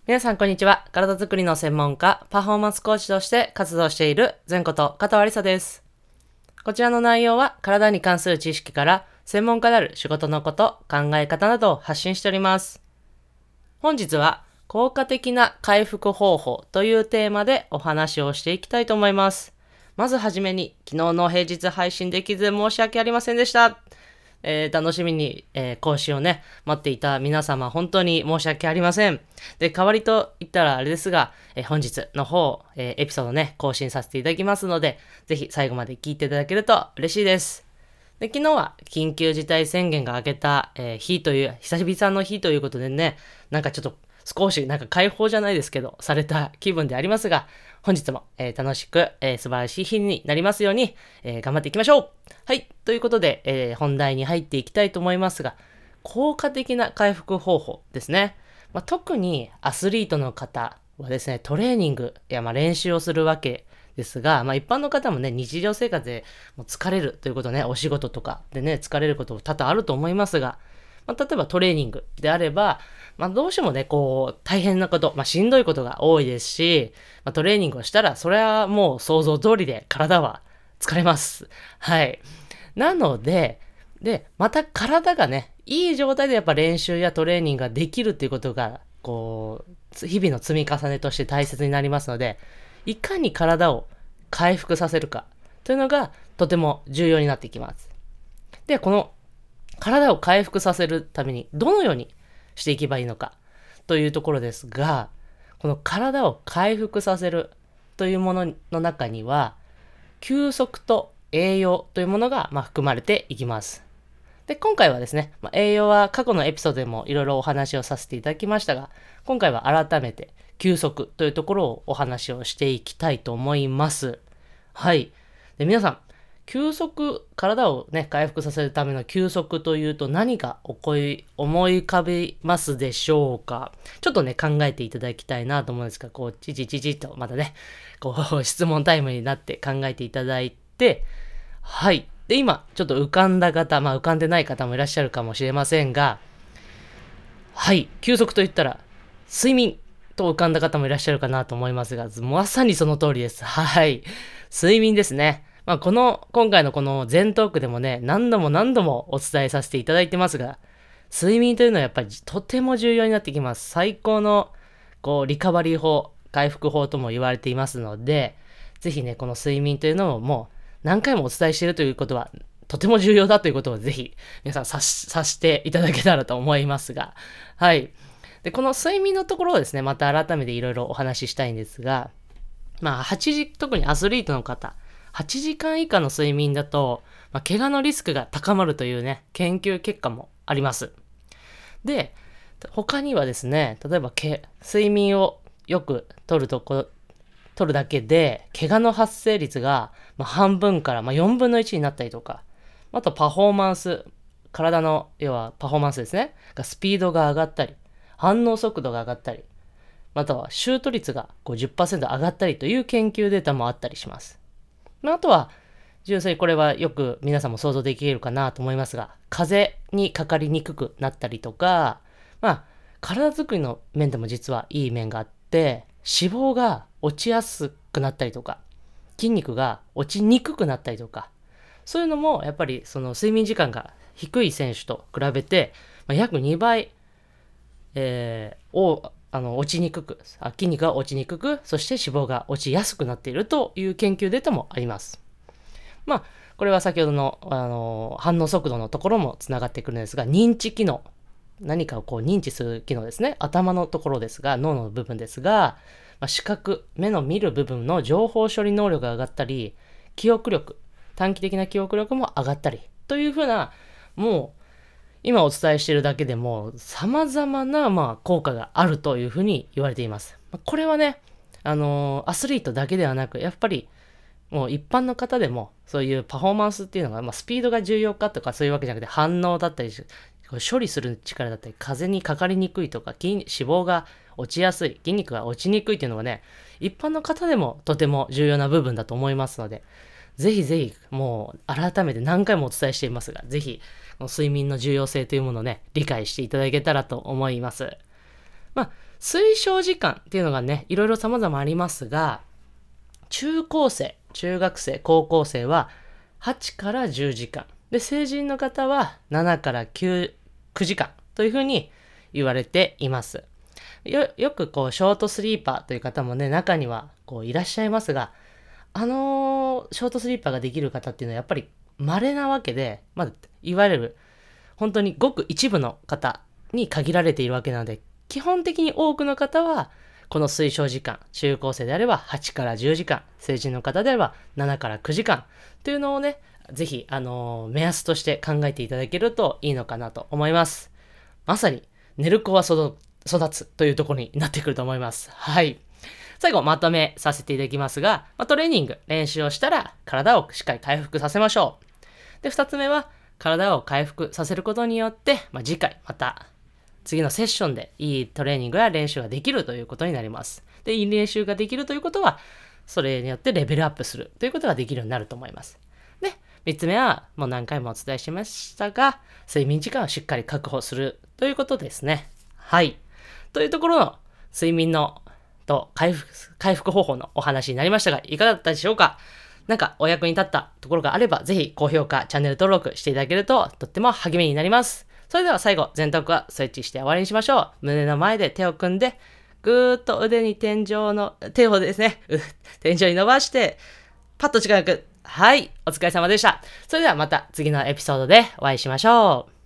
皆さんこんにちは。体づくりの専門家、パフォーマンスコーチとして活動している前こと加藤ありさです。こちらの内容は体に関する知識から専門家である仕事のこと、考え方などを発信しております。本日は効果的な回復方法というテーマでお話をしていきたいと思います。まずはじめに昨日の平日配信できず申し訳ありませんでした。楽しみに、更新をね、待っていた皆様、本当に申し訳ありません。で、代わりと言ったらあれですが、本日の方、エピソードね、更新させていただきますので、ぜひ最後まで聞いていただけると嬉しいです。で、昨日は緊急事態宣言が明けた、日という、久々の日ということでね、なんかちょっと少し解放じゃないですけど、された気分でありますが、本日も、楽しく、素晴らしい日になりますように、頑張っていきましょう。はい。ということで、本題に入っていきたいと思いますが、効果的な回復方法ですね。特にアスリートの方はですね、トレーニングや練習をするわけですが、一般の方もね、日常生活でもう疲れるということね、お仕事とかでね、疲れること多々あると思いますが、例えばトレーニングであれば、どうしてもね、大変なこと、しんどいことが多いですし、トレーニングをしたら、それはもう想像通りで体は疲れます。はい。なので、また体がね、いい状態でやっぱ練習やトレーニングができるっていうことが、日々の積み重ねとして大切になりますので、いかに体を回復させるかというのがとても重要になってきます。で、この体を回復させるためにどのようにしていけばいいのかというところですが、この体を回復させるというものの中には、休息と栄養というものが含まれていきます。で、今回はですね、栄養は過去のエピソードでもいろいろお話をさせていただきましたが、今回は改めて休息というところをお話をしていきたいと思います。はい。で、皆さん、体をね、回復させるための休息というと何か思い浮かびますでしょうか？ちょっとね、考えていただきたいなと思うんですが、チチとまたね、質問タイムになって考えていただいて、はい。で、今、ちょっと浮かんだ方、浮かんでない方もいらっしゃるかもしれませんが、はい。休息と言ったら、睡眠と浮かんだ方もいらっしゃるかなと思いますが、まさにその通りです。はい。睡眠ですね。今回のこの前トークでもね、何度もお伝えさせていただいてますが、睡眠というのはやっぱりとても重要になってきます。最高の、リカバリー法、回復法とも言われていますので、ぜひね、この睡眠というのをもう何回もお伝えしているということは、とても重要だということをぜひ、皆さん察していただけたらと思いますが、はい。で、この睡眠のところをですね、また改めていろいろお話ししたいんですが、特にアスリートの方、8時間以下の睡眠だと、怪我のリスクが高まるというね、研究結果もあります。で、他にはですね、例えば睡眠をよく取るだけで、怪我の発生率が半分から4分の1になったりとか、あとパフォーマンス、体の、要はパフォーマンスですね、スピードが上がったり、反応速度が上がったり、またはシュート率が 50% 上がったりという研究データもあったりします。あとは、純粋にこれはよく皆さんも想像できるかなと思いますが、風邪にかかりにくくなったりとか、体作りの面でも実はいい面があって、脂肪が落ちやすくなったりとか、筋肉が落ちにくくなったりとか、そういうのもやっぱりその睡眠時間が低い選手と比べて、約2倍、落ちにくく、筋肉が落ちにくく、そして脂肪が落ちやすくなっているという研究データもあります。これは先ほどの、反応速度のところもつながってくるんですが、認知機能。何かを認知する機能ですね。頭のところですが、脳の部分ですが、視覚、目の見る部分の情報処理能力が上がったり、短期的な記憶力も上がったり、というふうな、もう、今お伝えしているだけでも様々な効果があるというふうに言われています。これはね、アスリートだけではなく、やっぱりもう一般の方でもそういうパフォーマンスっていうのが、スピードが重要かとかそういうわけじゃなくて反応だったり、処理する力だったり、風にかかりにくいとか、脂肪が落ちやすい、筋肉が落ちにくいっていうのはね、一般の方でもとても重要な部分だと思いますので、ぜひぜひ、もう改めて何回もお伝えしていますが、ぜひ、睡眠の重要性というものをね、理解していただけたらと思います。 推奨時間っていうのがね、いろいろ様々ありますが、中高生、中学生、高校生は8から10時間。で、成人の方は7から9時間というふうに言われています。よくショートスリーパーという方もね、中にはいらっしゃいますが、ショートスリーパーができる方っていうのはやっぱり稀なわけで、いわゆる本当にごく一部の方に限られているわけなので、基本的に多くの方はこの推奨時間、中高生であれば8から10時間、成人の方であれば7から9時間というのをね、ぜひ、目安として考えていただけるといいのかなと思います。まさに、寝る子は育つというところになってくると思います。はい。最後、まとめさせていただきますが、トレーニング、練習をしたら体をしっかり回復させましょう。で、2つ目は、体を回復させることによって、次回、また、次のセッションでいいトレーニングや練習ができるということになります。で、いい練習ができるということは、それによってレベルアップするということができるようになると思います。で、3つ目は、もう何回もお伝えしましたが、睡眠時間をしっかり確保するということですね。はい。というところの睡眠の回復方法のお話になりましたが、いかがだったでしょうか？なんかお役に立ったところがあれば、ぜひ高評価、チャンネル登録していただけるととっても励みになります。それでは最後、前頭はストレッチして終わりにしましょう。胸の前で手を組んで、ぐーっと腕に手をですね、天井に伸ばして、パッと力抜く。はい、お疲れ様でした。それではまた次のエピソードでお会いしましょう。